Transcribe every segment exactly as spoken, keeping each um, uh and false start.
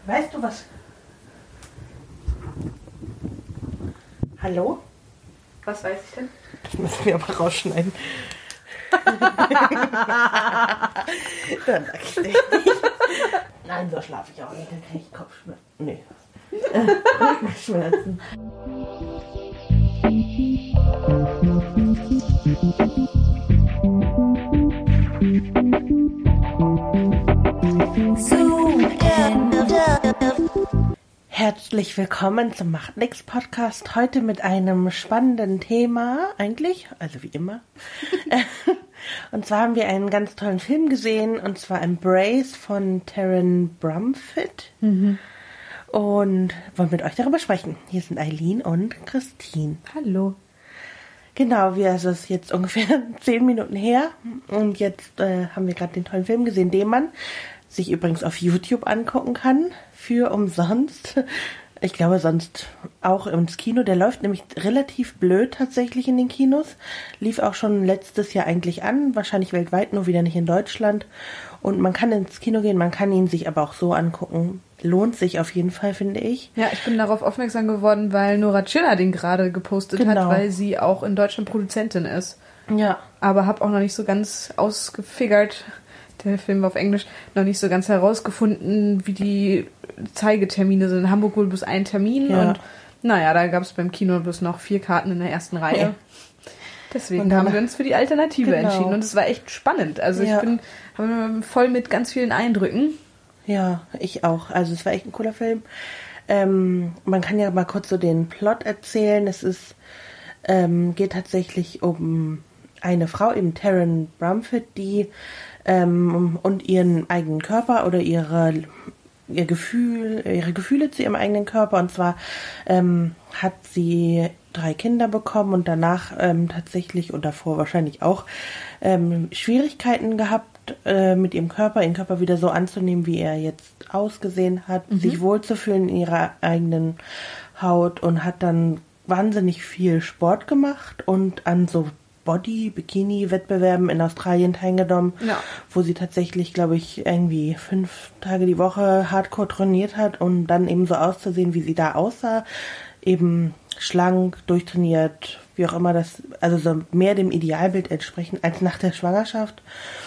Weißt du was? Hallo? Was weiß ich denn? Das müssen wir aber rausschneiden. Dann sag ich nicht. Nein, so schlafe ich auch nicht. Dann kriege ich Kopfschmerzen. Nee. Rückenschmerzen. Herzlich willkommen zum Macht nix Podcast. Heute mit einem spannenden Thema, eigentlich, also wie immer. Und zwar haben wir einen ganz tollen Film gesehen, und zwar Embrace von Taron Brumfitt. Mhm. Und wollen mit euch darüber sprechen. Hier sind Eileen und Christine. Hallo. Genau, wir, also es ist jetzt ungefähr zehn Minuten her. Und jetzt äh, haben wir gerade den tollen Film gesehen, den man sich übrigens auf YouTube angucken kann, für umsonst. Ich glaube sonst auch ins Kino. Der läuft nämlich relativ blöd tatsächlich in den Kinos. Lief auch schon letztes Jahr eigentlich an, wahrscheinlich weltweit, nur wieder nicht in Deutschland. Und man kann ins Kino gehen, man kann ihn sich aber auch so angucken. Lohnt sich auf jeden Fall, finde ich. Ja, ich bin darauf aufmerksam geworden, weil Nora Tschirner den gerade gepostet Genau. hat, weil sie auch in Deutschland Produzentin ist. Ja. Aber habe auch noch nicht so ganz ausgefigert, der Film war auf Englisch, noch nicht so ganz herausgefunden, wie die Zeigetermine sind. In Hamburg wohl bloß ein Termin Ja. und naja, da gab es beim Kino bloß noch vier Karten in der ersten Reihe. Ja. Deswegen haben wir uns für die Alternative Genau. entschieden und es war echt spannend. Also Ja. ich bin hab voll mit ganz vielen Eindrücken. Ja, ich auch. Also es war echt ein cooler Film. Ähm, man kann ja mal kurz so den Plot erzählen. Es ist ähm, geht tatsächlich um eine Frau, eben Taron Brumfitt, die ähm, und ihren eigenen Körper oder ihre ihr Gefühl, ihre Gefühle zu ihrem eigenen Körper. Und zwar ähm, hat sie drei Kinder bekommen und danach ähm, tatsächlich und davor wahrscheinlich auch ähm, Schwierigkeiten gehabt, äh, mit ihrem Körper, ihren Körper wieder so anzunehmen, wie er jetzt ausgesehen hat, Mhm. sich wohlzufühlen in ihrer eigenen Haut, und hat dann wahnsinnig viel Sport gemacht und an so Body-Bikini-Wettbewerben in Australien teilgenommen, Ja. wo sie tatsächlich, glaube ich, irgendwie fünf Tage die Woche hardcore trainiert hat, um dann eben so auszusehen, wie sie da aussah. Eben schlank, durchtrainiert, wie auch immer das, also so mehr dem Idealbild entsprechen als nach der Schwangerschaft.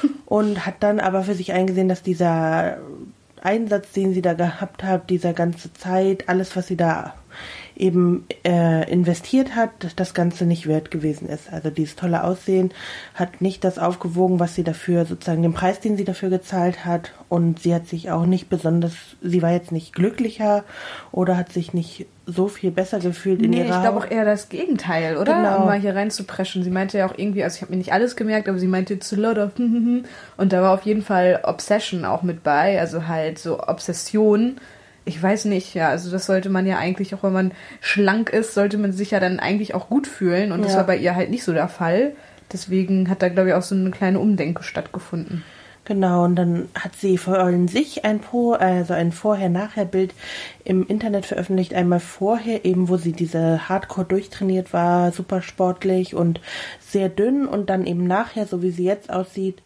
Und hat dann aber für sich eingesehen, dass dieser Einsatz, den sie da gehabt hat, dieser ganze Zeit, alles, was sie da eben äh, investiert hat, das Ganze nicht wert gewesen ist. Also dieses tolle Aussehen hat nicht das aufgewogen, was sie dafür, sozusagen den Preis, den sie dafür gezahlt hat. Und sie hat sich auch nicht besonders, sie war jetzt nicht glücklicher oder hat sich nicht so viel besser gefühlt in Nee, ihrer ich glaube Haut. auch eher das Gegenteil, oder? Genau. Um mal hier rein zu preschen. Sie meinte ja auch irgendwie, also ich habe mir nicht alles gemerkt, aber sie meinte it's a lot of und da war auf jeden Fall Obsession auch mit bei, also halt so Obsession. Ich weiß nicht, ja, also das sollte man ja eigentlich, auch wenn man schlank ist, sollte man sich ja dann eigentlich auch gut fühlen, und das Ja. war bei ihr halt nicht so der Fall. Deswegen hat da, glaube ich, auch so eine kleine Umdenke stattgefunden. Genau, und dann hat sie von sich ein Pro, also ein Vorher-Nachher-Bild im Internet veröffentlicht. Einmal vorher, eben wo sie diese Hardcore durchtrainiert war, super sportlich und sehr dünn, und dann eben nachher, so wie sie jetzt aussieht,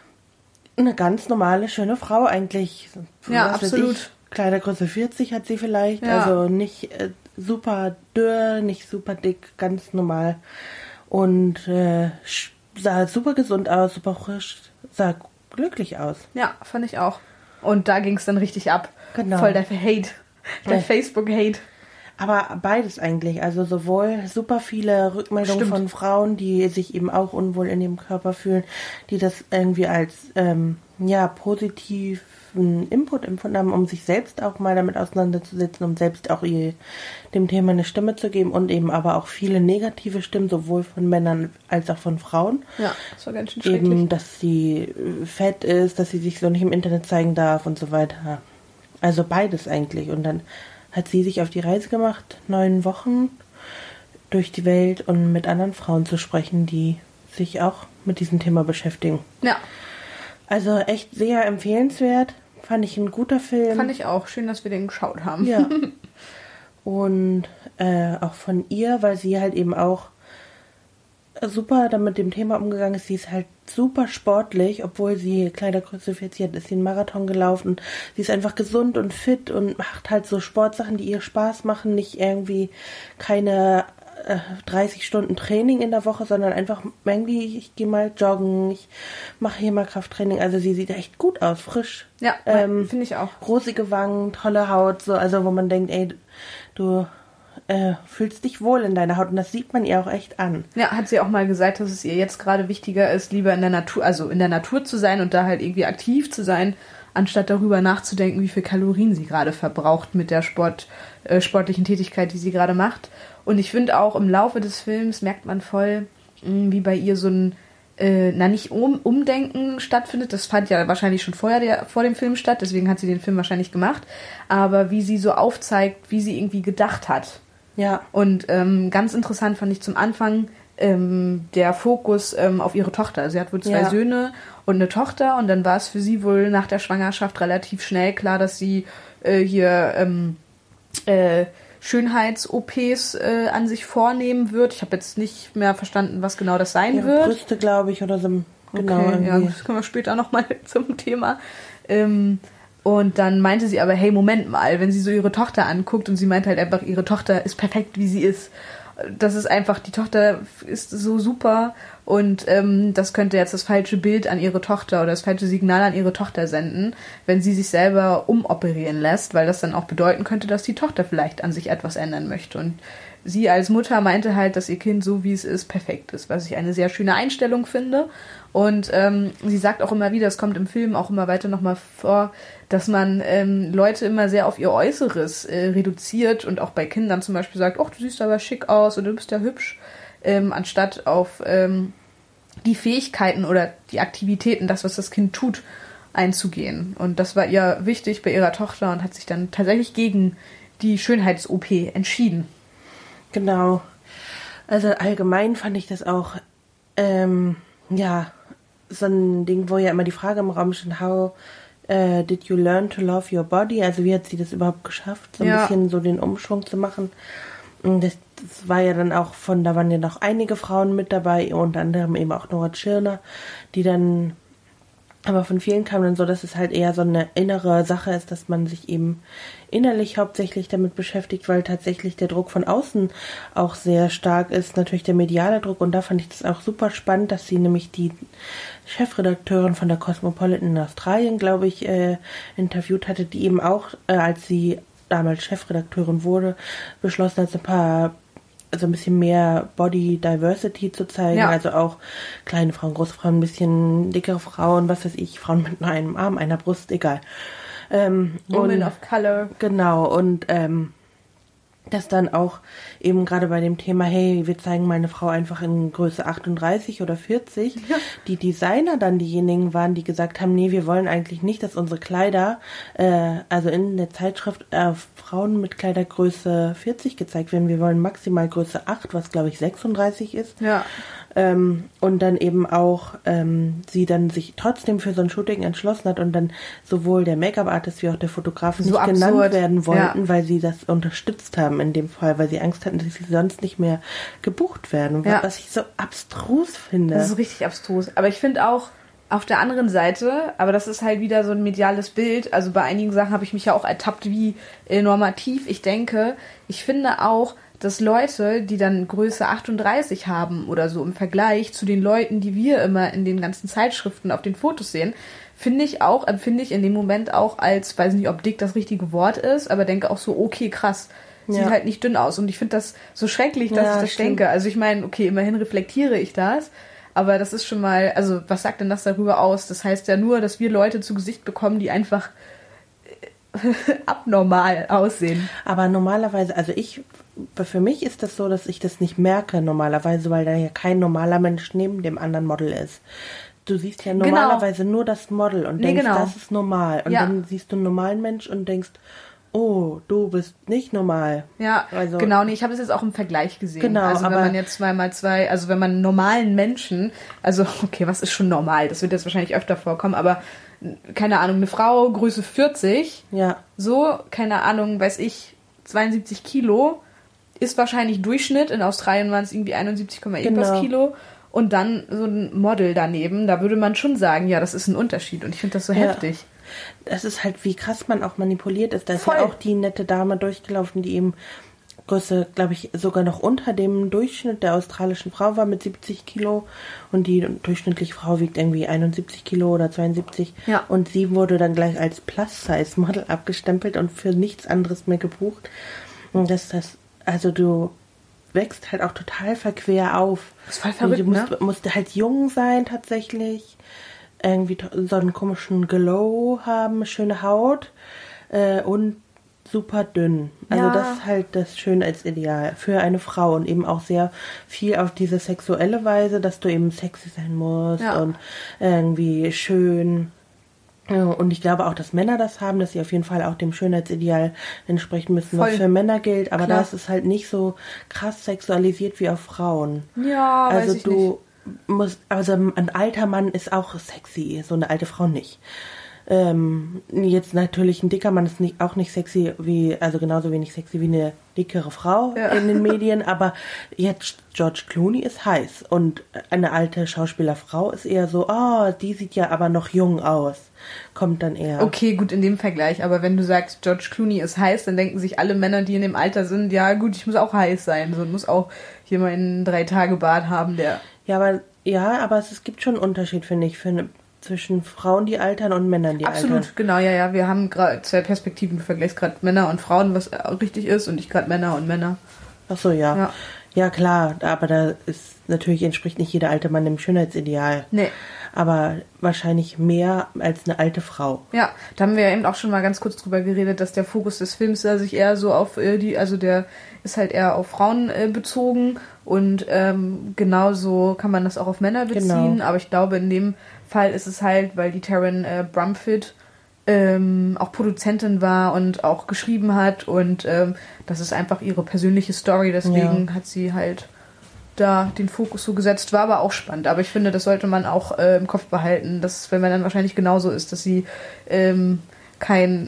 eine ganz normale, schöne Frau eigentlich. Ja, Was weiß absolut. ich, Kleidergröße vierzig hat sie vielleicht, Ja. also nicht äh, super dürr, nicht super dick, ganz normal. Und äh, sch- sah super gesund aus, super frisch, sah glücklich aus. Ja, fand ich auch. Und da ging es dann richtig ab. Genau. Voll der Hate. Der Ja. Facebook-Hate. Aber beides eigentlich, also sowohl super viele Rückmeldungen Stimmt. von Frauen, die sich eben auch unwohl in ihrem Körper fühlen, die das irgendwie als ähm, ja positiven Input empfunden haben, um sich selbst auch mal damit auseinanderzusetzen, um selbst auch ihr, dem Thema eine Stimme zu geben, und eben aber auch viele negative Stimmen, sowohl von Männern als auch von Frauen. Ja, das war ganz schön schrecklich. Eben, dass sie äh, fett ist, dass sie sich so nicht im Internet zeigen darf und so weiter. Also beides eigentlich. Und dann hat sie sich auf die Reise gemacht, neun Wochen durch die Welt, und mit anderen Frauen zu sprechen, die sich auch mit diesem Thema beschäftigen. Ja, Also echt sehr empfehlenswert. Fand ich ein guter Film. fand ich auch. Schön, dass wir den geschaut haben. Ja. Und äh, auch von ihr, weil sie halt eben auch super damit dem Thema umgegangen ist. Sie ist halt super sportlich, obwohl sie Kleidergröße vierzig hat, ist sie einen Marathon gelaufen. Sie ist einfach gesund und fit und macht halt so Sportsachen, die ihr Spaß machen, nicht irgendwie keine äh, dreißig Stunden Training in der Woche, sondern einfach irgendwie, ich gehe mal joggen, ich mache hier mal Krafttraining. Also sie sieht echt gut aus, frisch. Ja, ähm, finde ich auch. Rosige Wangen, tolle Haut, so, also wo man denkt, ey, du Äh, fühlst dich wohl in deiner Haut und das sieht man ihr auch echt an. Ja, hat sie auch mal gesagt, dass es ihr jetzt gerade wichtiger ist, lieber in der Natur, also in der Natur zu sein und da halt irgendwie aktiv zu sein, anstatt darüber nachzudenken, wie viel Kalorien sie gerade verbraucht mit der Sport, äh, sportlichen Tätigkeit, die sie gerade macht. Und ich finde auch im Laufe des Films merkt man voll, mh, wie bei ihr so ein äh, na nicht um, Umdenken stattfindet. Das fand ja wahrscheinlich schon vorher der, vor dem Film statt, deswegen hat sie den Film wahrscheinlich gemacht. Aber wie sie so aufzeigt, wie sie irgendwie gedacht hat. Ja. Und ähm, ganz interessant fand ich zum Anfang ähm, der Fokus ähm, auf ihre Tochter. Sie hat wohl zwei ja. Söhne und eine Tochter und dann war es für sie wohl nach der Schwangerschaft relativ schnell klar, dass sie äh, hier ähm, äh, Schönheits-O Ps äh, an sich vornehmen wird. Ich habe jetzt nicht mehr verstanden, was genau das sein ihre wird. Brüste, glaube ich, oder so. Genau, okay, ja, das kommen wir später nochmal zum Thema. Ähm, Und dann meinte sie aber, hey, Moment mal, wenn sie so ihre Tochter anguckt und sie meint halt einfach, ihre Tochter ist perfekt, wie sie ist. Das ist einfach, die Tochter ist so super und ähm, das könnte jetzt das falsche Bild an ihre Tochter oder das falsche Signal an ihre Tochter senden, wenn sie sich selber umoperieren lässt, weil das dann auch bedeuten könnte, dass die Tochter vielleicht an sich etwas ändern möchte. Und sie als Mutter meinte halt, dass ihr Kind so, wie es ist, perfekt ist, was ich eine sehr schöne Einstellung finde. Und ähm, sie sagt auch immer wieder, es kommt im Film auch immer weiter nochmal vor, dass man ähm, Leute immer sehr auf ihr Äußeres äh, reduziert und auch bei Kindern zum Beispiel sagt, ach, du siehst aber schick aus oder du bist ja hübsch, ähm, anstatt auf ähm, die Fähigkeiten oder die Aktivitäten, das, was das Kind tut, einzugehen. Und das war ihr wichtig bei ihrer Tochter und hat sich dann tatsächlich gegen die Schönheits-O P entschieden. Genau. Also allgemein fand ich das auch, ähm, ja, so ein Ding, wo ja immer die Frage im Raum steht, how uh, did you learn to love your body? Also wie hat sie das überhaupt geschafft, so ein ja. bisschen so den Umschwung zu machen? Und das, das war ja dann auch von, da waren ja noch einige Frauen mit dabei, unter anderem eben auch Nora Tschirner, die dann, aber von vielen kam dann so, dass es halt eher so eine innere Sache ist, dass man sich eben innerlich hauptsächlich damit beschäftigt, weil tatsächlich der Druck von außen auch sehr stark ist, natürlich der mediale Druck. Und da fand ich das auch super spannend, dass sie nämlich die Chefredakteurin von der Cosmopolitan in Australien, glaube ich, äh, interviewt hatte, die eben auch, äh, als sie damals Chefredakteurin wurde, beschlossen hat, so ein paar also ein bisschen mehr Body Diversity zu zeigen, ja. Also auch kleine Frauen, große Frauen, ein bisschen dickere Frauen, was weiß ich, Frauen mit nur einem Arm, einer Brust, egal. Ähm, Women und, of Color. Genau, und ähm, das dann auch eben gerade bei dem Thema, hey, wir zeigen mal eine Frau einfach in Größe achtunddreißig oder vierzig, ja. Die Designer dann diejenigen waren, die gesagt haben, nee, wir wollen eigentlich nicht, dass unsere Kleider, äh, also in der Zeitschrift äh, Frauen mit Kleidergröße vierzig gezeigt werden, wir wollen maximal Größe acht, was glaube ich sechsunddreißig ist. Ja. Ähm, und dann eben auch ähm, sie dann sich trotzdem für so ein Shooting entschlossen hat und dann sowohl der Make-up-Artist wie auch der Fotograf so nicht absurd. genannt werden wollten, ja. Weil sie das unterstützt haben in dem Fall, weil sie Angst hatten, dass sie sonst nicht mehr gebucht werden, ja. Was ich so abstrus finde. Das ist richtig abstrus, aber ich finde auch auf der anderen Seite, aber das ist halt wieder so ein mediales Bild, also bei einigen Sachen habe ich mich ja auch ertappt, wie äh, normativ ich denke. Ich finde auch, dass Leute, die dann Größe achtunddreißig haben oder so im Vergleich zu den Leuten, die wir immer in den ganzen Zeitschriften auf den Fotos sehen, finde ich auch, empfinde ich in dem Moment auch als, weiß nicht, ob dick das richtige Wort ist, aber denke auch so, okay, krass, sieht ja. halt nicht dünn aus. Und ich finde das so schrecklich, dass ja, ich das stimmt. denke. Also ich meine, okay, immerhin reflektiere ich das, aber das ist schon mal, also was sagt denn das darüber aus? Das heißt ja nur, dass wir Leute zu Gesicht bekommen, die einfach abnormal aussehen. Aber normalerweise, also ich, für mich ist das so, dass ich das nicht merke normalerweise, weil da ja kein normaler Mensch neben dem anderen Model ist. Du siehst ja normalerweise genau. nur das Model und denkst, nee, genau. das ist normal. Und ja. dann siehst du einen normalen Mensch und denkst, oh, du bist nicht normal. Ja, also, genau, nee, ich habe es jetzt auch im Vergleich gesehen. Genau, also wenn aber man jetzt zwei mal zwei, also wenn man einen normalen Menschen, also okay, was ist schon normal? Das wird jetzt wahrscheinlich öfter vorkommen, aber keine Ahnung, eine Frau, Größe vierzig, ja. so, keine Ahnung, weiß ich, zweiundsiebzig Kilo, ist wahrscheinlich Durchschnitt. In Australien waren es irgendwie einundsiebzig Komma irgendwas genau. Kilo. und dann so ein Model daneben, da würde man schon sagen, ja, das ist ein Unterschied. Und ich finde das so ja. heftig. Das ist halt, wie krass man auch manipuliert ist. Da ist Voll. ja auch die nette Dame durchgelaufen, die eben Größe, glaube ich, sogar noch unter dem Durchschnitt der australischen Frau war mit siebzig Kilo. Und die durchschnittliche Frau wiegt irgendwie einundsiebzig Kilo oder zweiundsiebzig. Ja. Und sie wurde dann gleich als Plus-Size-Model abgestempelt und für nichts anderes mehr gebucht. Und das, das, also du wächst halt auch total verquer auf. Das ist voll verrückt, du musst, ne? musst halt jung sein tatsächlich. Irgendwie so einen komischen Glow haben, schöne Haut äh, und super dünn. Also ja. das ist halt das Schönheitsideal für eine Frau und eben auch sehr viel auf diese sexuelle Weise, dass du eben sexy sein musst ja. und irgendwie schön. Und ich glaube auch, dass Männer das haben, dass sie auf jeden Fall auch dem Schönheitsideal entsprechen müssen, Voll. was für Männer gilt. Aber Klar. da ist es halt nicht so krass sexualisiert wie auf Frauen. Ja, also weiß ich du nicht. musst, also ein alter Mann ist auch sexy, so eine alte Frau nicht. Ähm, jetzt natürlich ein dicker Mann ist nicht, auch nicht sexy wie, also genauso wenig sexy wie eine dickere Frau ja. in den Medien, aber jetzt George Clooney ist heiß und eine alte Schauspielerfrau ist eher so, oh, die sieht ja aber noch jung aus, kommt dann eher. Okay, gut, in dem Vergleich, aber wenn du sagst, George Clooney ist heiß, dann denken sich alle Männer, die in dem Alter sind, ja gut, ich muss auch heiß sein, so muss auch hier mal einen Drei-Tage-Bart haben, der... Ja, aber, ja, aber es, es gibt schon einen Unterschied, finde ich, für eine zwischen Frauen, die altern und Männern, die Absolut, altern. Absolut, genau, ja, ja. Wir haben gerade zwei Perspektiven. Du vergleichst gerade Männer und Frauen, was richtig ist, und ich gerade Männer und Männer. Ach so, ja. ja. Ja, klar, aber da ist natürlich entspricht nicht jeder alte Mann dem Schönheitsideal. Nee. Aber wahrscheinlich mehr als eine alte Frau. Ja, da haben wir ja eben auch schon mal ganz kurz drüber geredet, dass der Fokus des Films da sich eher so auf äh, die, also der ist halt eher auf Frauen äh, bezogen und ähm, genauso kann man das auch auf Männer beziehen. Genau. Aber ich glaube, in dem Fall ist es halt, weil die Taryn äh, Brumfitt ähm, auch Produzentin war und auch geschrieben hat und ähm, das ist einfach ihre persönliche Story, deswegen ja. hat sie halt da den Fokus so gesetzt, war aber auch spannend. Aber ich finde, das sollte man auch äh, im Kopf behalten, dass wenn man dann wahrscheinlich genauso ist, dass sie ähm, kein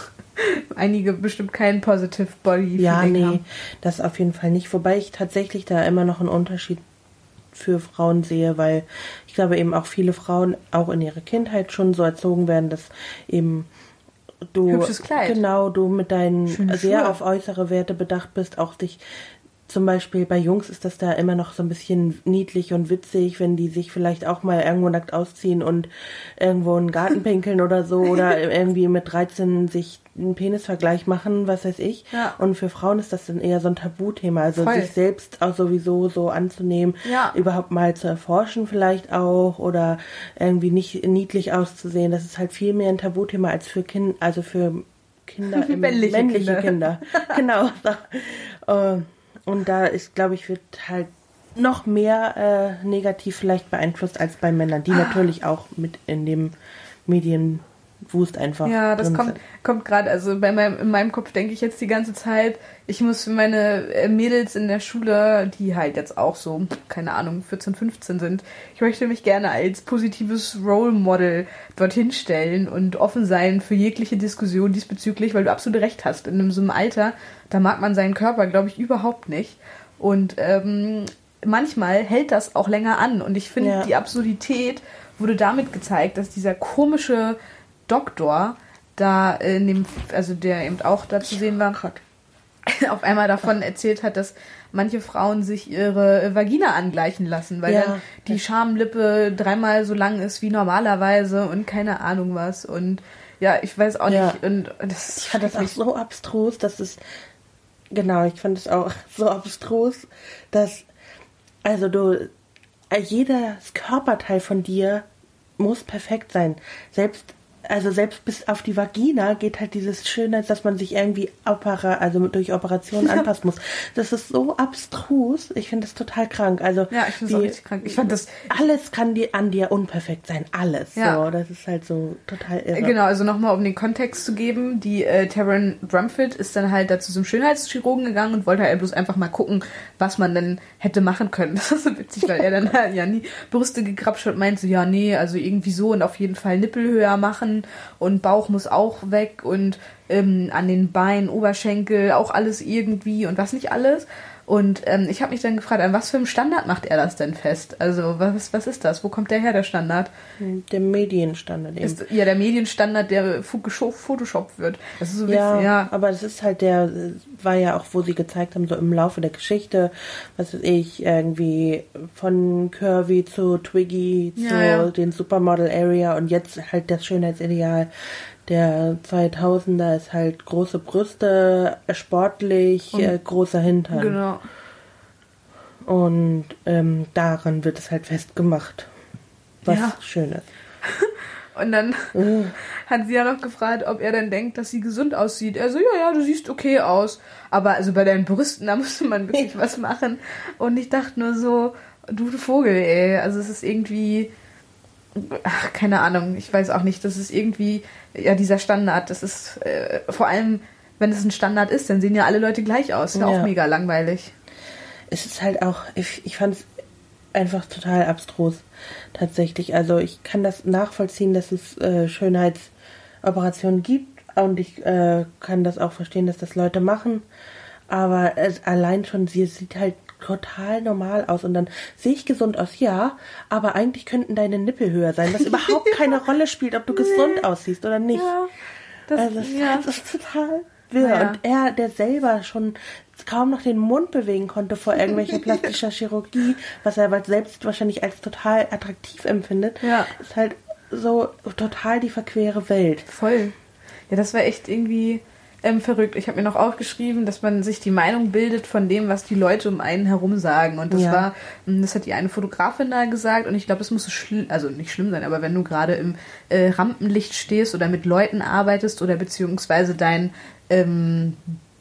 einige bestimmt kein Positive Body ja, nee, haben. Das auf jeden Fall nicht. Wobei ich tatsächlich da immer noch einen Unterschied für Frauen sehe, weil ich glaube eben auch viele Frauen auch in ihrer Kindheit schon so erzogen werden, dass eben du Hübsches Kleid. Genau, du mit deinen Schöne sehr Schuhe. auf äußere Werte bedacht bist, auch dich zum Beispiel bei Jungs ist das da immer noch so ein bisschen niedlich und witzig, wenn die sich vielleicht auch mal irgendwo nackt ausziehen und irgendwo einen Garten pinkeln oder so oder irgendwie mit dreizehn sich einen Penisvergleich machen, was weiß ich. Ja. Und für Frauen ist das dann eher so ein Tabuthema, also Voll. sich selbst auch sowieso so anzunehmen, ja. überhaupt mal zu erforschen vielleicht auch oder irgendwie nicht niedlich auszusehen. Das ist halt viel mehr ein Tabuthema als für Kinder, also für Kinder, männliche, männliche Kinder. Kinder. Genau. So. Und da ist, glaube ich, wird halt noch mehr äh, negativ vielleicht beeinflusst als bei Männern, die ah. natürlich auch mit in dem Medienwust einfach. Ja, das kommt, kommt gerade, also bei meinem, in meinem Kopf denke ich jetzt die ganze Zeit, ich muss für meine Mädels in der Schule, die halt jetzt auch so, keine Ahnung, vierzehn, fünfzehn sind, ich möchte mich gerne als positives Role Model dorthin stellen und offen sein für jegliche Diskussion diesbezüglich, weil du absolut recht hast. In so einem Alter, da mag man seinen Körper, glaube ich, überhaupt nicht. Und ähm, manchmal hält das auch länger an. Und ich finde, ja. die Absurdität wurde damit gezeigt, dass dieser komische Doktor da in dem, also der eben auch da zu sehen war, auf einmal davon erzählt hat, dass manche Frauen sich ihre Vagina angleichen lassen, weil ja, dann die Schamlippe dreimal so lang ist wie normalerweise und keine Ahnung was. Und ja, ich weiß auch ja. nicht. Und das ist ich fand das auch so abstrus, dass es genau, ich fand es auch so abstrus, dass also du jedes Körperteil von dir muss perfekt sein. Selbst Also selbst bis auf die Vagina geht halt dieses Schönheit, dass man sich irgendwie opera, also durch Operationen anpassen muss. Das ist so abstrus. Ich finde das total krank. Also ja, ich finde es auch richtig krank. Ich fand das alles kann dir an dir unperfekt sein. Alles. Ja. So, das ist halt so total irre. Genau, also nochmal, um den Kontext zu geben, die äh, Taryn Brumfitt ist dann halt dazu zum Schönheitschirurgen gegangen und wollte halt bloß einfach mal gucken, was man denn hätte machen können. Das ist so witzig, weil er dann halt ja nie Brüste gekrapscht und meinte, ja nee, also irgendwie so und auf jeden Fall Nippel höher machen und Bauch muss auch weg und ähm, an den Beinen, Oberschenkel, auch alles irgendwie und was nicht alles. Und ähm, ich habe mich dann gefragt, an was für einem Standard macht er das denn fest? Also was, was ist das? Wo kommt der her, der Standard? Der Medienstandard eben. Ist, ja, der Medienstandard, der Photoshop wird. Das ist so witzig, ja, ja. Aber das ist halt der, war ja auch, wo sie gezeigt haben, so im Laufe der Geschichte, was weiß ich, irgendwie von Curvy zu Twiggy Ja, zu ja. den Supermodel Area und jetzt halt das Schönheitsideal der zweitausender ist halt große Brüste, sportlich, Und- äh, großer Hintern. Genau. Und ähm, daran wird es halt festgemacht, was Ja. schön ist. Und dann Äh, hat sie ja noch gefragt, ob er denn denkt, dass sie gesund aussieht. Er so, ja, ja, du siehst okay aus. Aber also bei deinen Brüsten, da musste man wirklich was machen. Und ich dachte nur so, du Vogel, ey. Also es ist irgendwie, ach, keine Ahnung, ich weiß auch nicht. Das ist irgendwie, ja, dieser Standard. Das ist, äh, vor allem, wenn es ein Standard ist, dann sehen ja alle Leute gleich aus. Ist ja Ja. auch mega langweilig. Es ist halt auch, ich, ich fand es einfach total abstrus, tatsächlich. Also ich kann das nachvollziehen, dass es äh, Schönheitsoperationen gibt und ich äh, kann das auch verstehen, dass das Leute machen. Aber es, allein schon, sie sieht halt total normal aus und dann sehe ich gesund aus, ja, aber eigentlich könnten deine Nippel höher sein, was überhaupt keine Rolle spielt, ob du gesund aussiehst oder nicht. Ja, das, Also es ja. das ist total wirr. Naja. Und er, der selber schon kaum noch den Mund bewegen konnte vor irgendwelcher plastischer Chirurgie, was er aber selbst wahrscheinlich als total attraktiv empfindet, Ja. ist halt so total die verquere Welt. Voll. Ja, das war echt irgendwie ähm, verrückt. Ich habe mir noch aufgeschrieben, dass man sich die Meinung bildet von dem, was die Leute um einen herum sagen. Und das Ja. war, ähm, das hat die eine Fotografin da gesagt. Und ich glaube, das muss so schlimm, also nicht schlimm sein, aber wenn du gerade im äh, Rampenlicht stehst oder mit Leuten arbeitest oder beziehungsweise dein ähm,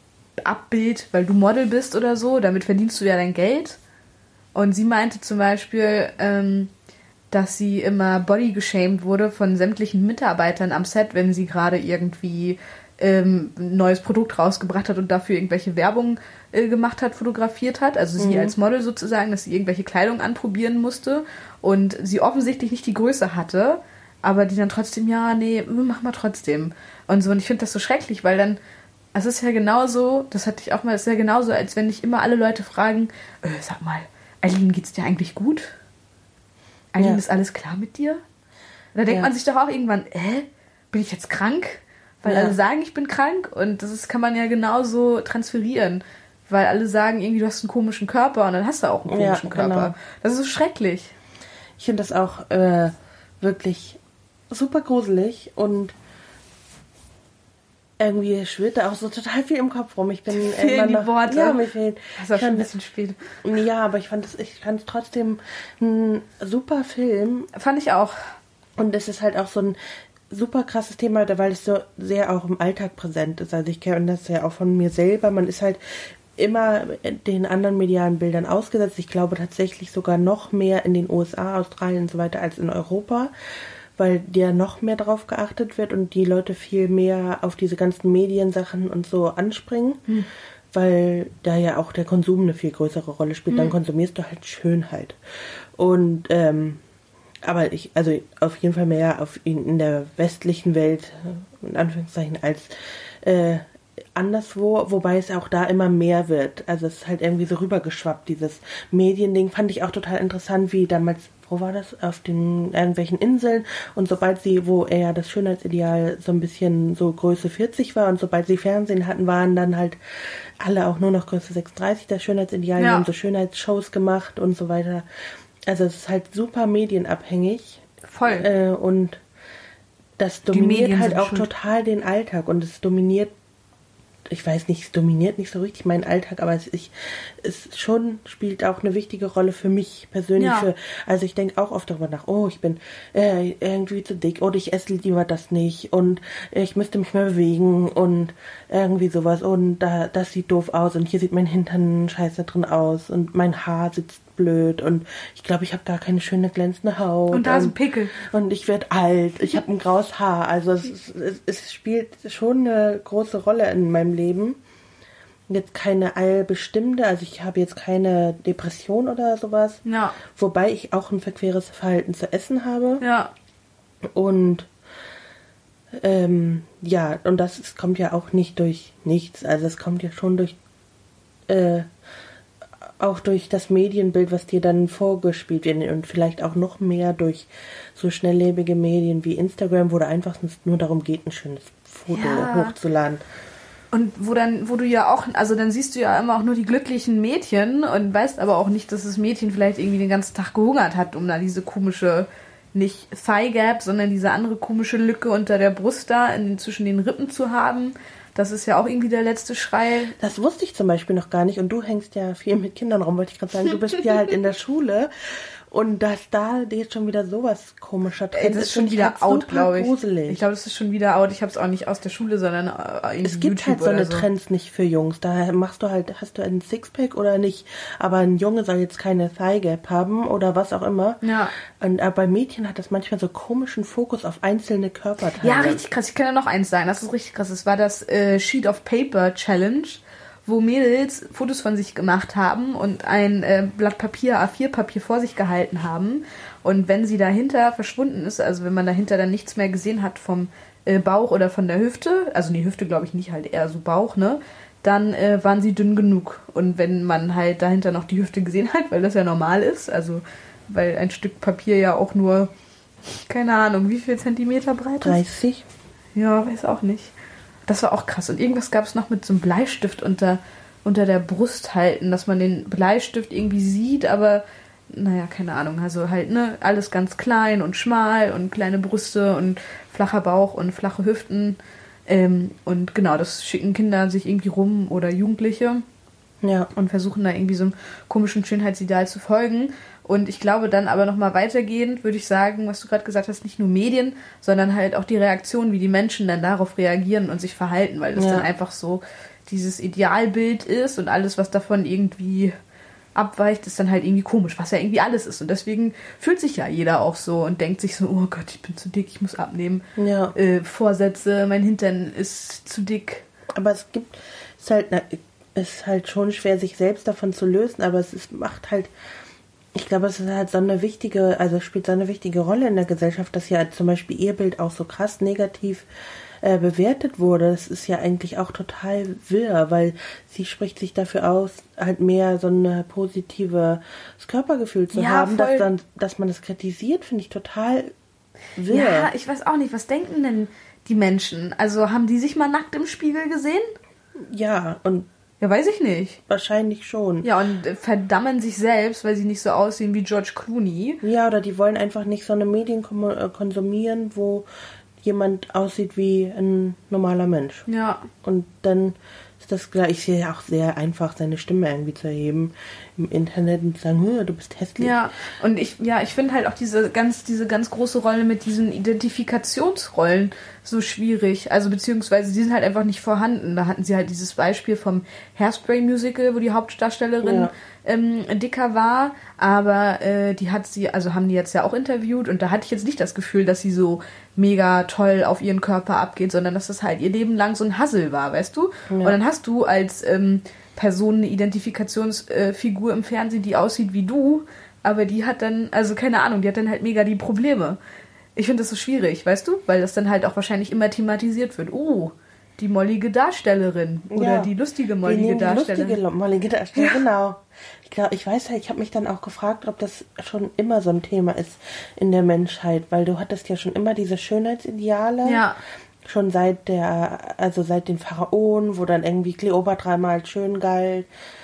Abbild, weil du Model bist oder so, damit verdienst du ja dein Geld. Und sie meinte zum Beispiel, ähm, dass sie immer body geshamed wurde von sämtlichen Mitarbeitern am Set, wenn sie gerade irgendwie ähm, ein neues Produkt rausgebracht hat und dafür irgendwelche Werbung äh, gemacht hat, fotografiert hat. Also sie Mhm. als Model sozusagen, dass sie irgendwelche Kleidung anprobieren musste und sie offensichtlich nicht die Größe hatte, aber die dann trotzdem, ja, nee, mach mal trotzdem. Und so, und ich finde das so schrecklich, weil dann, es ist ja genauso, das hatte ich auch mal, es ist ja genauso, als wenn dich immer alle Leute fragen, äh, sag mal, Eileen, geht's dir eigentlich gut? Eileen, Ja. ist alles klar mit dir? Da denkt Ja. man sich doch auch irgendwann, äh, bin ich jetzt krank? Weil Ja. alle sagen, ich bin krank und das ist, kann man ja genauso transferieren. Weil alle sagen irgendwie, du hast einen komischen Körper und dann hast du auch einen Ja, komischen Körper. genau. Das ist so schrecklich. Ich finde das auch äh, wirklich super gruselig und irgendwie schwirrt da auch so total viel im Kopf rum. Ich bin Fehlen immer die noch, Worte. Ja, mir fehlen. Das ist auch Ich schon ein fand- bisschen spät. Ja, aber ich fand es, ich fand es trotzdem ein super Film Fand ich auch. und es ist halt auch so ein super krasses Thema, weil es so sehr auch im Alltag präsent ist. Also ich kenne das ja auch von mir selber. Man ist halt immer den anderen medialen Bildern ausgesetzt. Ich glaube tatsächlich sogar noch mehr in den U S A, Australien und so weiter als in Europa, weil ja noch mehr drauf geachtet wird und die Leute viel mehr auf diese ganzen Mediensachen und so anspringen, Hm. weil da ja auch der Konsum eine viel größere Rolle spielt. Dann Hm. konsumierst du halt Schönheit. Und ähm, aber ich, also auf jeden Fall mehr auf in, in der westlichen Welt, in Anführungszeichen, als äh, anderswo, wobei es auch da immer mehr wird. Also es ist halt irgendwie so rübergeschwappt, dieses Mediending. Fand ich auch total interessant, wie damals, wo war das? Auf den irgendwelchen Inseln. Und sobald sie, wo eher das Schönheitsideal so ein bisschen so Größe vierzig war und sobald sie Fernsehen hatten, waren dann halt alle auch nur noch Größe sechsunddreißig, das Schönheitsideal. Ja. Die haben so Schönheitsshows gemacht und so weiter. Also es ist halt super medienabhängig. Voll. Äh, und das Die dominiert Medien halt sind auch schuld. total den Alltag und es dominiert, ich weiß nicht, es dominiert nicht so richtig meinen Alltag, aber es, ich, es schon spielt auch eine wichtige Rolle für mich persönlich. Ja. Für, also ich denke auch oft darüber nach, oh, ich bin äh, irgendwie zu dick oder ich esse lieber das nicht und ich müsste mich mehr bewegen und irgendwie sowas und da das sieht doof aus und hier sieht mein Hintern scheiße drin aus und mein Haar sitzt blöd und ich glaube, ich habe gar keine schöne glänzende Haut. Und da ist ein Pickel. Und ich werde alt. Ich habe ein graues Haar. Also es, ist- es, es spielt schon eine große Rolle in meinem Leben. Jetzt keine allbestimmte, also ich habe jetzt keine Depression oder sowas. Ja. Wobei ich auch ein verqueres Verhalten zu essen habe. Ja. Und Ähm, ja, und das es kommt ja auch nicht durch nichts. Also es kommt ja schon durch äh, auch durch das Medienbild, was dir dann vorgespielt wird und vielleicht auch noch mehr durch so schnelllebige Medien wie Instagram, wo da einfach nur darum geht, ein schönes Foto ja. hochzuladen. Und wo dann, wo du ja auch, also dann siehst du ja immer auch nur die glücklichen Mädchen und weißt aber auch nicht, dass das Mädchen vielleicht irgendwie den ganzen Tag gehungert hat, um da diese komische, nicht Thigh Gap, sondern diese andere komische Lücke unter der Brust da in, zwischen den Rippen zu haben. Das ist ja auch irgendwie der letzte Schrei. Das wusste ich zum Beispiel noch gar nicht. Und du hängst ja viel mit Kindern rum, wollte ich gerade sagen. Du bist ja halt in der Schule. Und dass da jetzt schon wieder sowas komischer Trend ist. Das ist schon wieder halt out, glaube ich. Gruselig. Ich glaube, das ist schon wieder out. Ich habe es auch nicht aus der Schule, sondern in Es gibt YouTube halt so eine so. Trends nicht für Jungs. Da machst du halt, hast du einen Sixpack oder nicht. Aber ein Junge soll jetzt keine Thigh Gap haben oder was auch immer. Ja. Und aber bei Mädchen hat das manchmal so komischen Fokus auf einzelne Körperteile. Ja, richtig krass. Ich kann ja noch eins sagen. Das ist richtig krass. Das war das äh, Sheet of Paper Challenge, wo Mädels Fotos von sich gemacht haben und ein äh, Blatt Papier, A vier Papier vor sich gehalten haben. Und wenn sie dahinter verschwunden ist, also wenn man dahinter dann nichts mehr gesehen hat vom äh, Bauch oder von der Hüfte, also die Hüfte glaube ich nicht, halt eher so Bauch, ne, dann äh, waren sie dünn genug. Und wenn man halt dahinter noch die Hüfte gesehen hat, weil das ja normal ist, also weil ein Stück Papier ja auch nur, keine Ahnung, wie viel Zentimeter breit ist? dreißig. Ja, weiß auch nicht. Das war auch krass. Und irgendwas gab es noch mit so einem Bleistift unter, unter der Brust halten, dass man den Bleistift irgendwie sieht, aber naja, keine Ahnung. Also halt, ne, alles ganz klein und schmal und kleine Brüste und flacher Bauch und flache Hüften. Ähm, und genau, das schicken Kinder sich irgendwie rum oder Jugendliche. Ja. Und versuchen da irgendwie so einem komischen Schönheitsideal zu folgen. Und ich glaube dann aber nochmal weitergehend, würde ich sagen, was du gerade gesagt hast, nicht nur Medien, sondern halt auch die Reaktion, wie die Menschen dann darauf reagieren und sich verhalten, weil das ja. dann einfach so dieses Idealbild ist und alles, was davon irgendwie abweicht, ist dann halt irgendwie komisch, was ja irgendwie alles ist. Und deswegen fühlt sich ja jeder auch so und denkt sich so, oh Gott, ich bin zu dick, ich muss abnehmen. Ja. Äh, Vorsätze, mein Hintern ist zu dick. Aber es gibt, es ist halt, es ist halt schon schwer, sich selbst davon zu lösen, aber es ist, macht halt, ich glaube, es ist halt so eine wichtige, also spielt so eine wichtige Rolle in der Gesellschaft, dass ja zum Beispiel ihr Bild auch so krass negativ äh, bewertet wurde. Das ist ja eigentlich auch total wirr, weil sie spricht sich dafür aus, halt mehr so ein positives Körpergefühl zu ja, haben, voll. dass dann, dass man das kritisiert, finde ich total wirr. Ja, ich weiß auch nicht, was denken denn die Menschen? Also haben die sich mal nackt im Spiegel gesehen? Ja, und ja, weiß ich nicht. Wahrscheinlich schon. Ja, und verdammen sich selbst, weil sie nicht so aussehen wie George Clooney. Ja, oder die wollen einfach nicht so eine Medien konsumieren, wo jemand aussieht wie ein normaler Mensch. Ja. Und dann ist das gleich, ich sehe ja auch sehr einfach, seine Stimme irgendwie zu erheben im Internet und zu sagen, du bist hässlich. Ja, und ich, ja, ich finde halt auch diese ganz, diese ganz große Rolle mit diesen Identifikationsrollen so schwierig. Also beziehungsweise die sind halt einfach nicht vorhanden. Da hatten sie halt dieses Beispiel vom Hairspray-Musical, wo die Hauptdarstellerin ja. ähm, dicker war, aber äh, die hat sie, also haben die jetzt ja auch interviewt und da hatte ich jetzt nicht das Gefühl, dass sie so mega toll auf ihren Körper abgeht, sondern dass das halt ihr Leben lang so ein Hassel war, weißt du? Ja. Und dann hast du als ähm, Person eine Identifikationsfigur äh, im Fernsehen, die aussieht wie du, aber die hat dann, also keine Ahnung, die hat dann halt mega die Probleme. Ich finde das so schwierig, weißt du? Weil das dann halt auch wahrscheinlich immer thematisiert wird. Oh, die mollige Darstellerin oder ja. die lustige mollige die Darstellerin. Die lustige mollige Darstellerin, ja. genau. Ich glaube, ich weiß halt, ich habe mich dann auch gefragt, ob das schon immer so ein Thema ist in der Menschheit, weil du hattest ja schon immer diese Schönheitsideale. Ja. Schon seit der, also seit den Pharaonen, wo dann irgendwie Kleopatra mal als schön galt.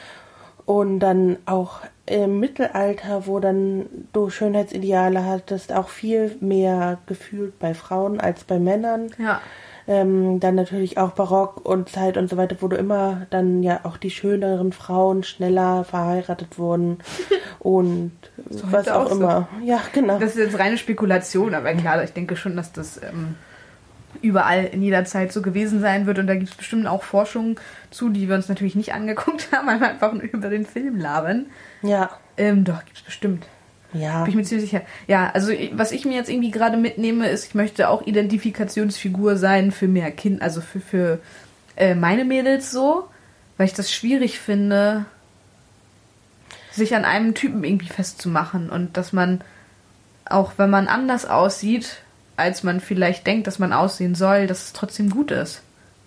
Und dann auch im Mittelalter, wo dann du Schönheitsideale hattest, auch viel mehr gefühlt bei Frauen als bei Männern. Ja. Ähm, dann natürlich auch Barock und Zeit und so weiter, wo du immer dann ja auch die schöneren Frauen schneller verheiratet wurden und so was auch, auch immer. So. Ja, genau. Das ist jetzt reine Spekulation, aber klar, ich denke schon, dass das ähm, überall in jeder Zeit so gewesen sein wird und da gibt es bestimmt auch Forschungen zu, die wir uns natürlich nicht angeguckt haben, weil wir einfach über den Film labern. Ja. Ähm, doch, gibt es bestimmt. Ja. Bin ich mir ziemlich sicher. Ja, also was ich mir jetzt irgendwie gerade mitnehme, ist, ich möchte auch Identifikationsfigur sein für mehr Kinder, also für, für äh, meine Mädels so, weil ich das schwierig finde, sich an einem Typen irgendwie festzumachen und dass man, auch wenn man anders aussieht, als man vielleicht denkt, dass man aussehen soll, dass es trotzdem gut ist.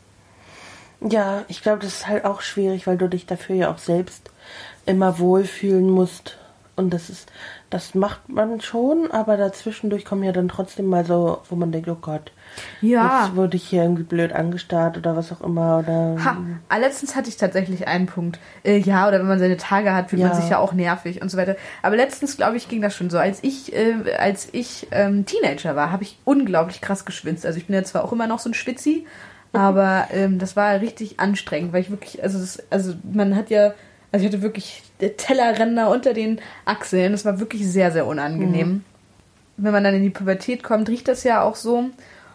Ja, ich glaube, das ist halt auch schwierig, weil du dich dafür ja auch selbst immer wohlfühlen musst. Und das ist, das macht man schon, aber dazwischendurch kommen ja dann trotzdem mal so, wo man denkt, oh Gott, ja. Jetzt wurde ich hier irgendwie blöd angestarrt oder was auch immer. Oder ha, letztens hatte ich tatsächlich einen Punkt. Äh, ja, oder wenn man seine Tage hat, fühlt ja. man sich ja auch nervig und so weiter. Aber letztens, glaube ich, ging das schon so. Als ich, äh, als ich ähm, Teenager war, habe ich unglaublich krass geschwitzt. Also ich bin ja zwar auch immer noch so ein Schwitzi, aber ähm, das war richtig anstrengend, weil ich wirklich, also, das, also man hat ja, also ich hatte wirklich Tellerränder unter den Achseln. Das war wirklich sehr, sehr unangenehm. Mhm. Wenn man dann in die Pubertät kommt, riecht das ja auch so.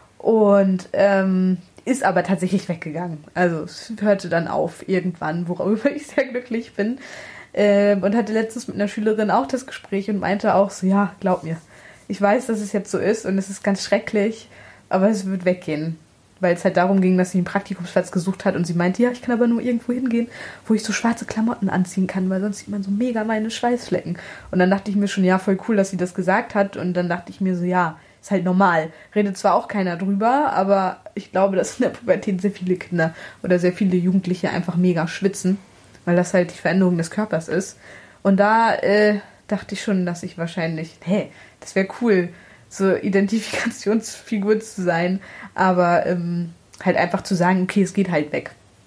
Und ähm, ist aber tatsächlich weggegangen. Also es hörte dann auf irgendwann, worüber ich sehr glücklich bin. Ähm, und hatte letztens mit einer Schülerin auch das Gespräch und meinte auch so, ja, glaub mir, ich weiß, dass es jetzt so ist und es ist ganz schrecklich, aber es wird weggehen. Weil es halt darum ging, dass sie einen Praktikumsplatz gesucht hat und sie meinte, ja, ich kann aber nur irgendwo hingehen, wo ich so schwarze Klamotten anziehen kann, weil sonst sieht man so mega meine Schweißflecken. Und dann dachte ich mir schon, ja, voll cool, dass sie das gesagt hat. Und dann dachte ich mir so, ja, ist halt normal. Redet zwar auch keiner drüber, aber ich glaube, dass in der Pubertät sehr viele Kinder oder sehr viele Jugendliche einfach mega schwitzen, weil das halt die Veränderung des Körpers ist. Und da äh, dachte ich schon, dass ich wahrscheinlich, hey, das wäre cool, so Identifikationsfigur zu sein, aber ähm, halt einfach zu sagen, okay, es geht halt weg.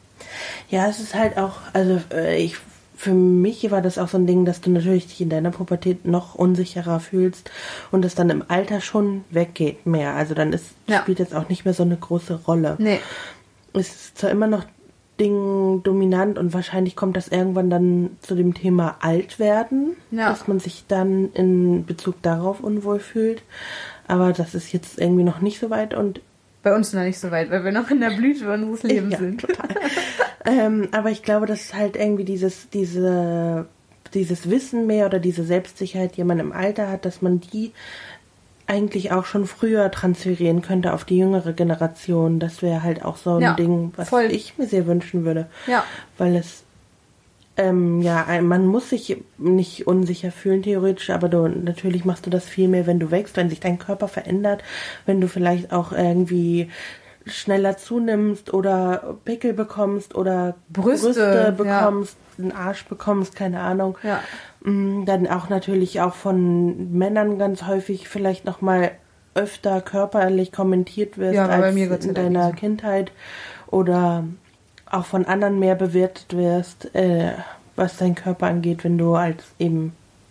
Ja, es ist halt auch, also äh, ich für mich war das auch so ein Ding, dass du natürlich dich in deiner Pubertät noch unsicherer fühlst und es dann im Alter schon weggeht mehr. Also dann ist, ja. spielt jetzt auch nicht mehr so eine große Rolle. Nee. Es ist zwar immer noch Ding dominant und wahrscheinlich kommt das irgendwann dann zu dem Thema Altwerden, ja. dass man sich dann in Bezug darauf unwohl fühlt. Aber das ist jetzt irgendwie noch nicht so weit und bei uns noch nicht so weit, weil wir noch in der Blüte unseres Lebens ja, sind. Total. ähm, aber ich glaube, dass halt irgendwie dieses, diese, dieses Wissen mehr oder diese Selbstsicherheit, die man im Alter hat, dass man die eigentlich auch schon früher transferieren könnte auf die jüngere Generation. Das wäre halt auch so ein ja, Ding, was voll. ich mir sehr wünschen würde. Ja. Weil es, ähm, ja, man muss sich nicht unsicher fühlen, theoretisch, aber du, natürlich machst du das viel mehr, wenn du wächst, wenn sich dein Körper verändert, wenn du vielleicht auch irgendwie schneller zunimmst oder Pickel bekommst oder Brüste, Brüste bekommst, ja. einen Arsch bekommst, keine Ahnung. Ja. Dann auch natürlich auch von Männern ganz häufig vielleicht nochmal öfter körperlich kommentiert wirst ja, als mir in deiner so. Kindheit oder auch von anderen mehr bewertet wirst, äh, was dein Körper angeht, wenn du als eben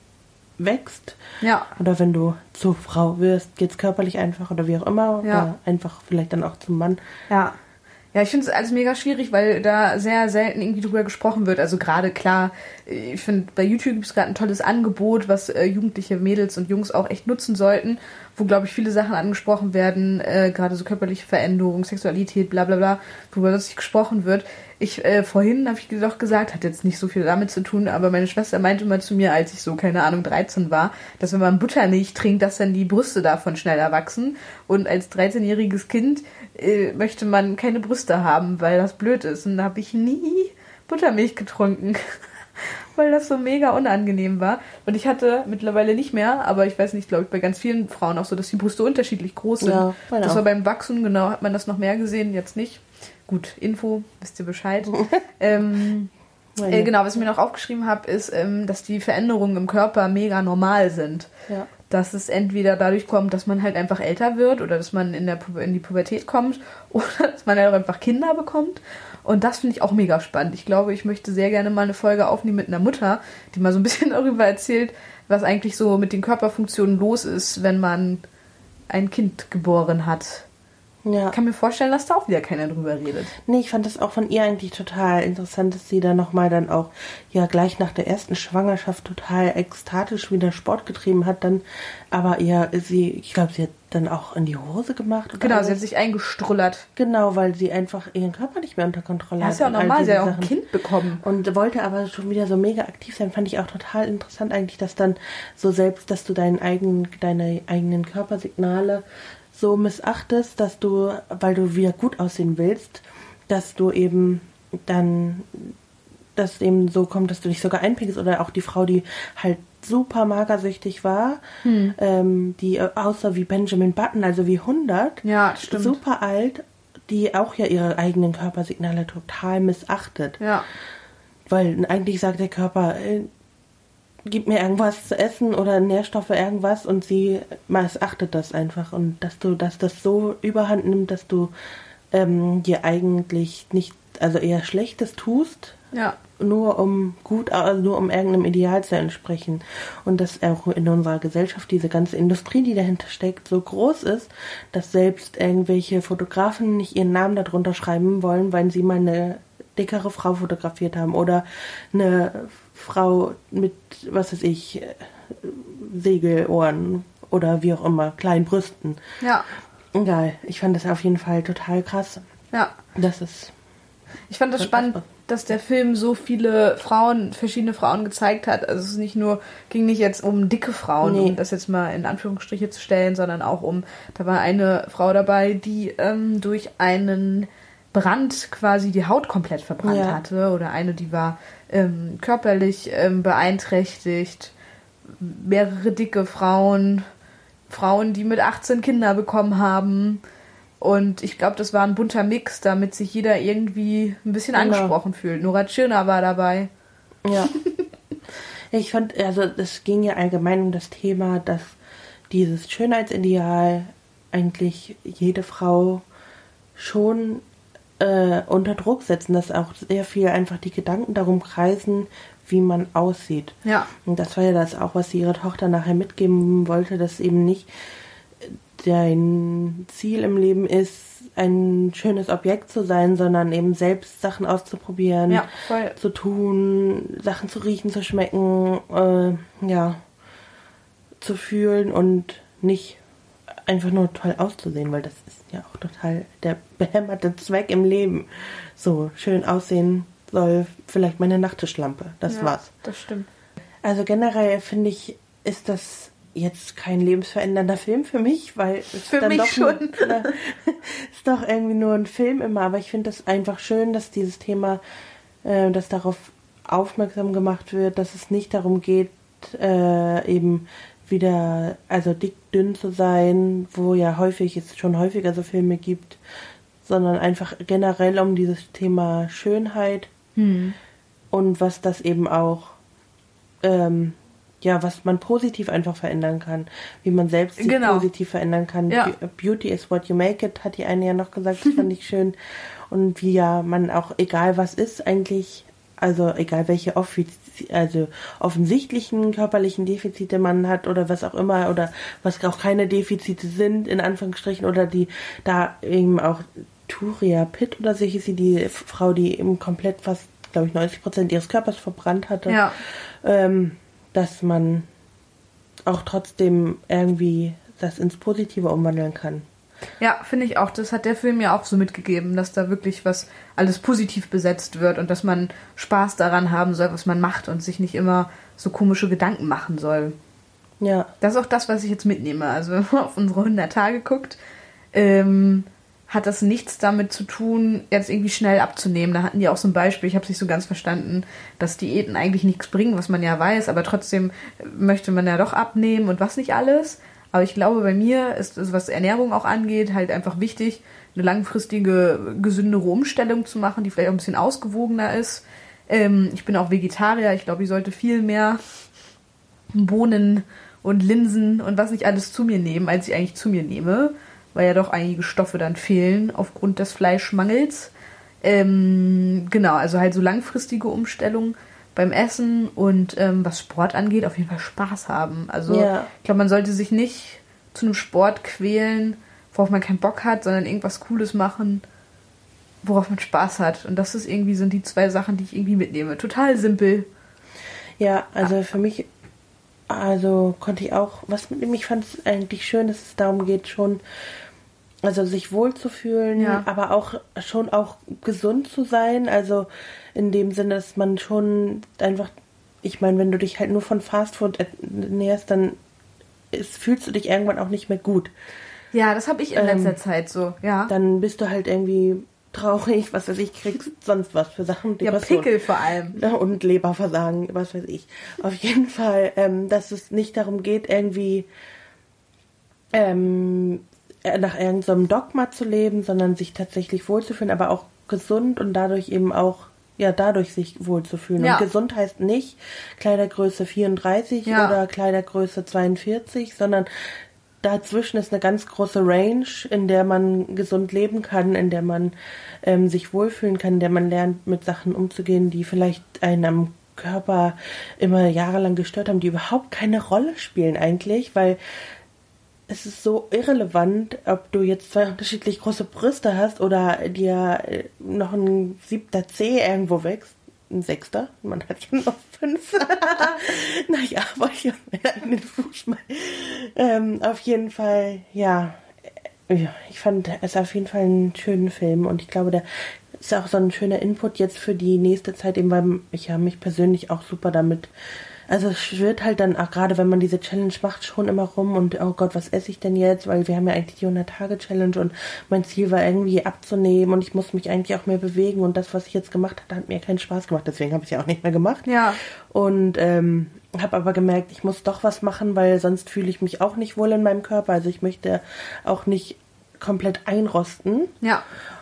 wächst ja. oder wenn du zur Frau wirst, geht's körperlich einfach oder wie auch immer ja. oder einfach vielleicht dann auch zum Mann. Ja. Ja, ich finde es alles mega schwierig, weil da sehr selten irgendwie drüber gesprochen wird. Also gerade klar, ich finde, bei YouTube gibt es gerade ein tolles Angebot, was äh, jugendliche Mädels und Jungs auch echt nutzen sollten, wo, glaube ich, viele Sachen angesprochen werden, äh, gerade so körperliche Veränderung, Sexualität, bla bla bla, worüber sonst nicht gesprochen wird. Ich, äh, vorhin habe ich doch gesagt, hat jetzt nicht so viel damit zu tun, aber meine Schwester meinte mal zu mir, als ich so, keine Ahnung, dreizehn war, dass wenn man Buttermilch trinkt, dass dann die Brüste davon schneller wachsen. Und als dreizehnjähriges Kind äh, möchte man keine Brüste haben, weil das blöd ist. Und da habe ich nie Buttermilch getrunken, weil das so mega unangenehm war. Und ich hatte mittlerweile nicht mehr, aber ich weiß nicht, glaube ich, bei ganz vielen Frauen auch so, dass die Brüste unterschiedlich groß sind. Ja, das auch. War beim Wachsen, genau, hat man das noch mehr gesehen, jetzt nicht. Gut, Info, wisst ihr Bescheid. ähm, äh, genau, was ich mir noch aufgeschrieben habe, ist, ähm, dass die Veränderungen im Körper mega normal sind. Ja. Dass es entweder dadurch kommt, dass man halt einfach älter wird oder dass man in, der Pu- in die Pubertät kommt oder dass man halt auch einfach Kinder bekommt. Und das finde ich auch mega spannend. Ich glaube, ich möchte sehr gerne mal eine Folge aufnehmen mit einer Mutter, die mal so ein bisschen darüber erzählt, was eigentlich so mit den Körperfunktionen los ist, wenn man ein Kind geboren hat. Ja. Ich kann mir vorstellen, dass da auch wieder keiner drüber redet. Nee, ich fand das auch von ihr eigentlich total interessant, dass sie dann nochmal dann auch ja gleich nach der ersten Schwangerschaft total ekstatisch wieder Sport getrieben hat, dann aber ihr, sie, ich glaube, sie hat dann auch in die Hose gemacht. Oder genau, alles. Sie hat sich eingestrullert. Genau, weil sie einfach ihren Körper nicht mehr unter Kontrolle hat. Das ist ja auch normal, sie hat ja auch ein Kind bekommen. Und wollte aber schon wieder so mega aktiv sein, fand ich auch total interessant eigentlich, dass dann so selbst, dass du deinen eigenen, deine eigenen Körpersignale so missachtest, dass du, weil du wieder gut aussehen willst, dass du eben dann, dass es eben so kommt, dass du dich sogar einpinkelst oder auch die Frau, die halt super magersüchtig war, hm. ähm, die aussah wie Benjamin Button, also wie hundert, ja, stimmt. super alt, die auch ja ihre eigenen Körpersignale total missachtet. Ja. Weil eigentlich sagt der Körper, äh, gib mir irgendwas zu essen oder Nährstoffe, irgendwas, und sie missachtet das einfach. Und dass du, dass das so überhand nimmt, dass du ähm, dir eigentlich nicht, also eher Schlechtes tust, ja. nur um gut, also nur um irgendeinem Ideal zu entsprechen. Und dass auch in unserer Gesellschaft diese ganze Industrie, die dahinter steckt, so groß ist, dass selbst irgendwelche Fotografen nicht ihren Namen darunter schreiben wollen, weil sie mal eine dickere Frau fotografiert haben oder eine Frau mit, was weiß ich, Segelohren oder wie auch immer, kleinen Brüsten. Ja. Egal, ich fand das auf jeden Fall total krass. Ja. Das ist... Ich fand das spannend, dass der Film so viele Frauen, verschiedene Frauen gezeigt hat. Also es ist nicht nur, ging nicht jetzt um dicke Frauen, nee. um das jetzt mal in Anführungsstriche zu stellen, sondern auch um, da war eine Frau dabei, die ähm, durch einen Brand quasi die Haut komplett verbrannt ja. hatte. Oder eine, die war ähm, körperlich ähm, beeinträchtigt. Mehrere dicke Frauen, Frauen, die mit achtzehn Kinder bekommen haben. Und ich glaube, das war ein bunter Mix, damit sich jeder irgendwie ein bisschen genau. angesprochen fühlt. Nora Tschirner war dabei. Ja. Ich fand, also es ging ja allgemein um das Thema, dass dieses Schönheitsideal eigentlich jede Frau schon äh, unter Druck setzen, dass auch sehr viel einfach die Gedanken darum kreisen, wie man aussieht. Ja. Und das war ja das auch, was sie ihrer Tochter nachher mitgeben wollte, dass eben nicht dein Ziel im Leben ist, ein schönes Objekt zu sein, sondern eben selbst Sachen auszuprobieren, ja, voll. zu tun, Sachen zu riechen, zu schmecken, äh, ja, zu fühlen und nicht einfach nur toll auszusehen, weil das ist ja auch total der behämmerte Zweck im Leben. So, schön aussehen soll vielleicht meine Nachttischlampe, das ja, war's. Das stimmt. Also generell finde ich, ist das jetzt kein lebensverändernder Film für mich, weil es für dann mich doch schon. Na, ist doch irgendwie nur ein Film immer, aber ich finde das einfach schön, dass dieses Thema, äh, dass darauf aufmerksam gemacht wird, dass es nicht darum geht, äh, eben wieder, also dick, dünn zu sein, wo ja häufig, es schon häufiger so Filme gibt, sondern einfach generell um dieses Thema Schönheit hm. und was das eben auch ähm, ja, was man positiv einfach verändern kann, wie man selbst sich genau. positiv verändern kann. Ja. Beauty is what you make it, hat die eine ja noch gesagt, das fand ich schön. Und wie ja man auch, egal was ist, eigentlich, also egal welche offiz- also offensichtlichen körperlichen Defizite man hat oder was auch immer, oder was auch keine Defizite sind, in Anführungsstrichen, oder die da eben auch Turia Pitt oder so hieß sie, die Frau, die eben komplett fast, glaube ich, neunzig Prozent ihres Körpers verbrannt hatte. Ja. Ähm, dass man auch trotzdem irgendwie das ins Positive umwandeln kann. Ja, finde ich auch. Das hat der Film ja auch so mitgegeben, dass da wirklich was alles positiv besetzt wird und dass man Spaß daran haben soll, was man macht und sich nicht immer so komische Gedanken machen soll. Ja. Das ist auch das, was ich jetzt mitnehme. Also wenn man auf unsere hundert Tage guckt, ähm, hat das nichts damit zu tun, jetzt irgendwie schnell abzunehmen. Da hatten die auch so ein Beispiel, ich habe es nicht so ganz verstanden, dass Diäten eigentlich nichts bringen, was man ja weiß, aber trotzdem möchte man ja doch abnehmen und was nicht alles. Aber ich glaube, bei mir ist es, was Ernährung auch angeht, halt einfach wichtig, eine langfristige, gesündere Umstellung zu machen, die vielleicht auch ein bisschen ausgewogener ist. Ähm, ich bin auch Vegetarier, ich glaube, ich sollte viel mehr Bohnen und Linsen und was nicht alles zu mir nehmen, als ich eigentlich zu mir nehme, weil ja doch einige Stoffe dann fehlen aufgrund des Fleischmangels. Ähm, genau, also halt so langfristige Umstellung beim Essen und ähm, was Sport angeht, auf jeden Fall Spaß haben. Also ja. Ich glaube, man sollte sich nicht zu einem Sport quälen, worauf man keinen Bock hat, sondern irgendwas Cooles machen, worauf man Spaß hat. Und das ist irgendwie, sind die zwei Sachen, die ich irgendwie mitnehme. Total simpel. Ja, also für mich, also konnte ich auch was mitnehmen. Ich fand es eigentlich schön, dass es darum geht, schon, also sich wohlzufühlen, ja. aber auch schon auch gesund zu sein. Also in dem Sinne, dass man schon einfach, ich meine, wenn du dich halt nur von Fastfood ernährst, dann ist, fühlst du dich irgendwann auch nicht mehr gut. Ja, das habe ich in ähm, letzter Zeit so, ja. Dann bist du halt irgendwie traurig, was weiß ich, kriegst sonst was für Sachen. Depression. Ja, Pickel vor allem. Und Leberversagen, was weiß ich. Auf jeden Fall, ähm, dass es nicht darum geht, irgendwie ähm, nach irgendeinem Dogma zu leben, sondern sich tatsächlich wohlzufühlen, aber auch gesund und dadurch eben auch, ja, dadurch sich wohlzufühlen. Ja. Und gesund heißt nicht Kleidergröße vierunddreißig ja. oder Kleidergröße zweiundvierzig, sondern dazwischen ist eine ganz große Range, in der man gesund leben kann, in der man ähm, sich wohlfühlen kann, in der man lernt, mit Sachen umzugehen, die vielleicht einen am Körper immer jahrelang gestört haben, die überhaupt keine Rolle spielen eigentlich, weil es ist so irrelevant, ob du jetzt zwei unterschiedlich große Brüste hast oder dir noch ein siebter Zeh irgendwo wächst. Ein sechster. Man hat ja noch fünf. Naja, aber ich habe meinen eigenen Fuß mal. Ähm, auf jeden Fall, ja. ja. Ich fand es auf jeden Fall einen schönen Film und ich glaube, der ist auch so ein schöner Input jetzt für die nächste Zeit, eben weil ich ja mich persönlich auch super damit. Also es schwirrt halt dann auch gerade, wenn man diese Challenge macht, schon immer rum und oh Gott, was esse ich denn jetzt? Weil wir haben ja eigentlich die hundert-Tage-Challenge und mein Ziel war irgendwie abzunehmen und ich muss mich eigentlich auch mehr bewegen und das, was ich jetzt gemacht habe, hat mir keinen Spaß gemacht. Deswegen habe ich es ja auch nicht mehr gemacht. Ja. Und ähm, habe aber gemerkt, ich muss doch was machen, weil sonst fühle ich mich auch nicht wohl in meinem Körper. Also ich möchte auch nicht komplett einrosten. Ja.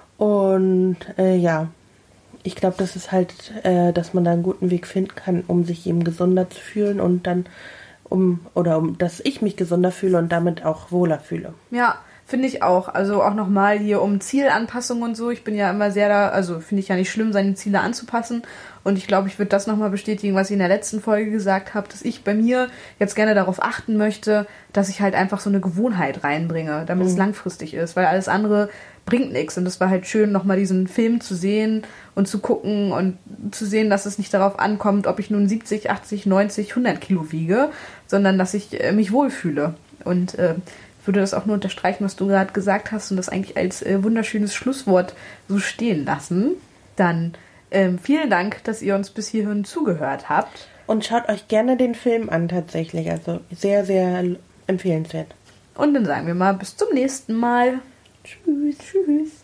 Und äh, ja, ich glaube, das ist halt, äh, dass man da einen guten Weg finden kann, um sich eben gesunder zu fühlen und dann um, oder um, dass ich mich gesunder fühle und damit auch wohler fühle. Ja, finde ich auch. Also auch nochmal hier um Zielanpassung und so. Ich bin ja immer sehr da, also finde ich ja nicht schlimm, seine Ziele anzupassen. Und ich glaube, ich würde das nochmal bestätigen, was ich in der letzten Folge gesagt habe, dass ich bei mir jetzt gerne darauf achten möchte, dass ich halt einfach so eine Gewohnheit reinbringe, damit mhm. es langfristig ist, weil alles andere bringt nichts. Und es war halt schön, nochmal diesen Film zu sehen und zu gucken und zu sehen, dass es nicht darauf ankommt, ob ich nun siebzig, achtzig, neunzig, hundert Kilo wiege, sondern dass ich äh, mich wohlfühle. Und äh, würde das auch nur unterstreichen, was du gerade gesagt hast und das eigentlich als äh, wunderschönes Schlusswort so stehen lassen. Dann ähm, vielen Dank, dass ihr uns bis hierhin zugehört habt. Und schaut euch gerne den Film an tatsächlich. Also sehr, sehr empfehlenswert. Und dann sagen wir mal bis zum nächsten Mal. Tschüss. Tschüss.